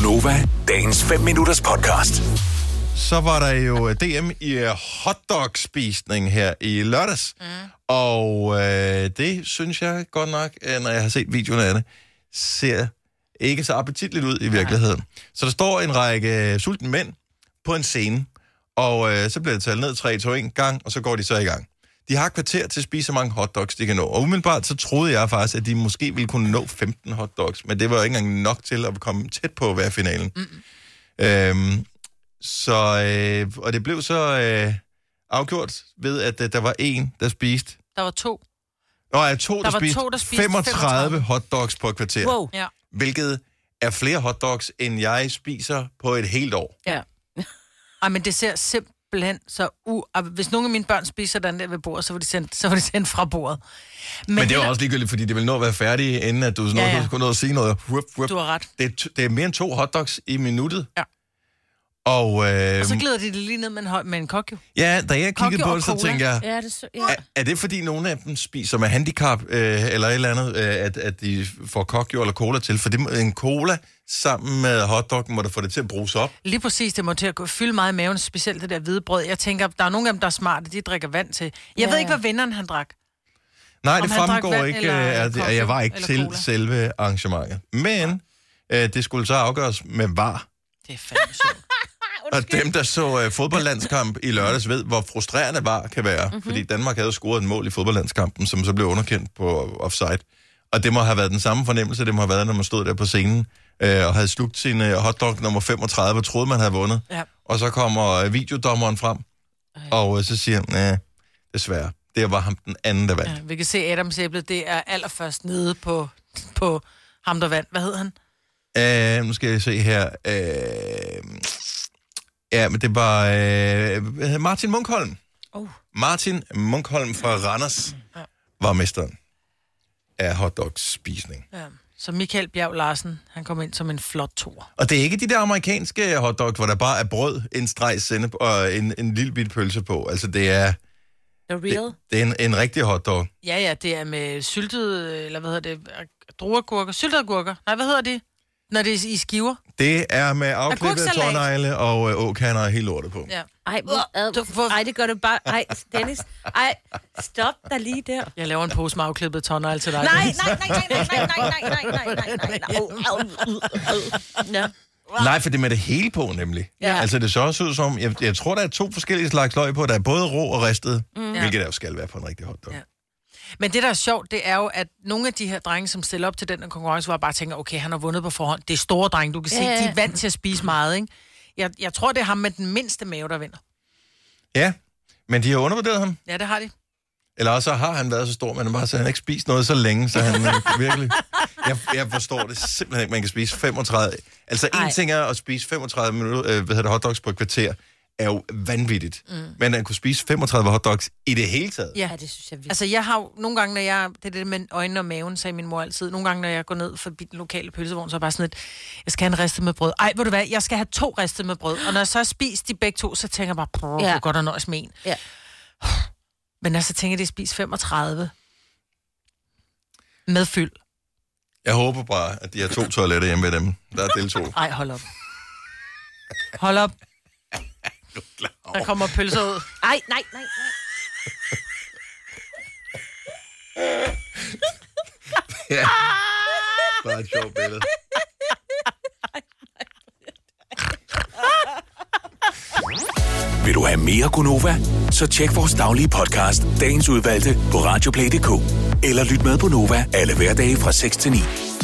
Gonova, dagens 5 minutters podcast. Så var der jo DM i hotdog-spisning her i lørdags. Og det synes jeg godt nok, når jeg har set videoerne af det, ser ikke så appetitligt ud i virkeligheden. Så der står en række sultne mænd på en scene, og så bliver det talt ned 3, 2, 1 gang, og så går de så i gang. De har et kvarter til at spise så mange hotdogs, de kan nå. Og umiddelbart så troede jeg faktisk, at de måske ville kunne nå 15 hotdogs, men det var jo ikke engang nok til at komme tæt på at være finalen. Og det blev så afgjort ved, at der var en, der spiste... Der var to. Der spiste 35 hotdogs på et kvarter. Wow. Ja. Hvilket er flere hotdogs, end jeg spiser på et helt år. Ja. Ej, men det ser simpelthen så hvis nogle af mine børn spiser den der ved bordet, så var de sendt fra bordet. Men det er også ligegyldigt, fordi det vil nå at være færdige, inden at du kunne nå at sige noget. Du har ret. Det er mere end 2 hotdogs i minuttet. Ja. Og så glider de det lige ned med en kok, jo. Ja, da jeg kiggede på det, så tænkte jeg, er det fordi nogle af dem spiser med handicap eller et eller andet, at de får kok eller cola til? For det, en cola sammen med hotdoggen må da få det til at bruges op. Lige præcis, det må til at fylde meget i maven, specielt det der hvide brød. Jeg tænker, der er nogle af dem, der er smarte, de drikker vand til. Jeg ved ikke, hvad vinderen han drak. Nej, det fremgår ikke, at jeg var ikke til selve arrangementet. Men det skulle så afgøres med VAR. Det er fandme sjovt. Og dem, der så fodboldlandskamp i lørdags, ved, hvor frustrerende VAR kan være. Fordi Danmark havde scoret en mål i fodboldlandskampen, som så blev underkendt på offside. Og det må have været den samme fornemmelse, det må have været, når man stod der på scenen og havde slugt sin hotdog nummer 35, og troede, man havde vundet. Ja. Og så kommer videodommeren frem, og så siger han, desværre, det var ham den anden, der vandt. Ja, vi kan se Adams æble, det er allerførst nede på ham, der vandt. Hvad hed han? Nu skal jeg se her... Ja, men det var Martin Munkholm. Martin Munkholm fra Randers var mesteren af hotdogs-spisning. Ja. Så Michael Bjerg Larsen, han kom ind som en flot toer. Og det er ikke de der amerikanske hotdogs, hvor der bare er brød, en streg sennep og en lille bit pølse på. Altså det er... The real? Det er en rigtig hotdog. Ja, det er med syltede, eller hvad hedder det, drueagurker, syltede agurker. Nej, hvad hedder det? Når det er i skiver? Det er med afklippet tårnegle og åkander og helt lortet på. Ja. Ej, det gør det bare... Ej, Dennis. Ej, stop dig lige der. Jeg laver en pose med afklippet tårnegle til dig. Nej. Nej, for det er med det hele på, nemlig. Ja. Altså, det så også ud som... Jeg tror, der er 2 forskellige slags løg på. Der er både rå og ristet, hvilket der jo skal være på en rigtig hotdog. Ja. Men det, der er sjovt, det er jo, at nogle af de her drenge, som stiller op til den konkurrence, hvor jeg bare tænker, okay, han har vundet på forhånd. Det er store drenge, du kan se, de er vant til at spise meget, ikke? Jeg tror, det er ham med den mindste mave, der vinder. Ja, men de har undervurderet ham. Ja, det har de. Eller også har han været så stor, men han har ikke spist noget så længe, så han virkelig... Jeg forstår det simpelthen ikke, man kan spise 35... Altså, en ting er at spise 35 minutter, hotdogs på et kvarter, er jo vanvittigt. Men at kunne spise 35 hotdogs i det hele taget. Ja, det synes jeg virkelig. Altså, jeg har jo nogle gange, når jeg... Det er det med øjnene og maven, sagde min mor altid. Nogle gange, når jeg går ned forbi den lokale pølsevogn, så er bare sådan et... Jeg skal have en ristet med brød. Ej, ved du hvad? Jeg skal have 2 ristet med brød. Og når jeg så har spist de begge 2, så tænker jeg bare... Det er godt at nøjes med en. Ja. Men når så tænker jeg, det er spist 35. Med fyld. Jeg håber bare, at de har 2 toiletter hjemme ved dem. Der er del 2. Ej, hold op. Hold op. Der kommer pølser ud. Ej, nej. Ja, bare et sjovt billede. Vil du have mere Gonova? Så tjek vores daglige podcast, dagens udvalgte, på radioplay.dk. Eller lyt med på Nova alle hverdage fra 6 til 9.